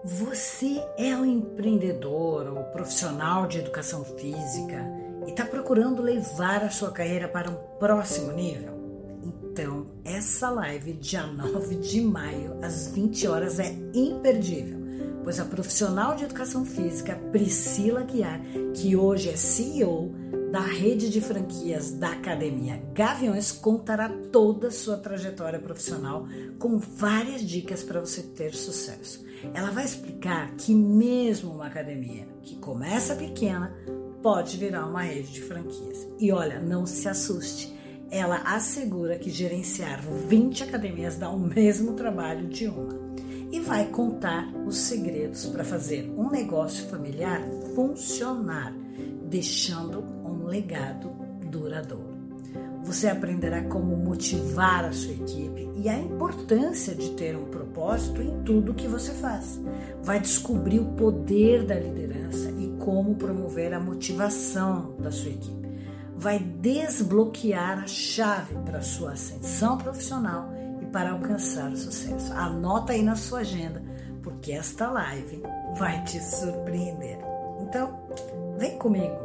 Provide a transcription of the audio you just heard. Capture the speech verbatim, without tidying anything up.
Você é um empreendedor ou profissional de educação física e está procurando levar a sua carreira para um próximo nível? Então, essa live, dia nove de maio, às vinte horas, é imperdível, pois a profissional de educação física, Priscila Guiar, que hoje é C E O da rede de franquias da Academia Gaviões, contará toda a sua trajetória profissional com várias dicas para você ter sucesso. Ela vai explicar que mesmo uma academia que começa pequena pode virar uma rede de franquias. E olha, não se assuste, ela assegura que gerenciar vinte academias dá o mesmo trabalho de uma. E vai contar os segredos para fazer um negócio familiar funcionar, deixando um legado duradouro. Você aprenderá como motivar a sua equipe e a importância de ter um propósito em tudo que você faz. Vai descobrir o poder da liderança e como promover a motivação da sua equipe. Vai desbloquear a chave para a sua ascensão profissional e para alcançar o sucesso. Anota aí na sua agenda, porque esta live vai te surpreender. Então, vem comigo!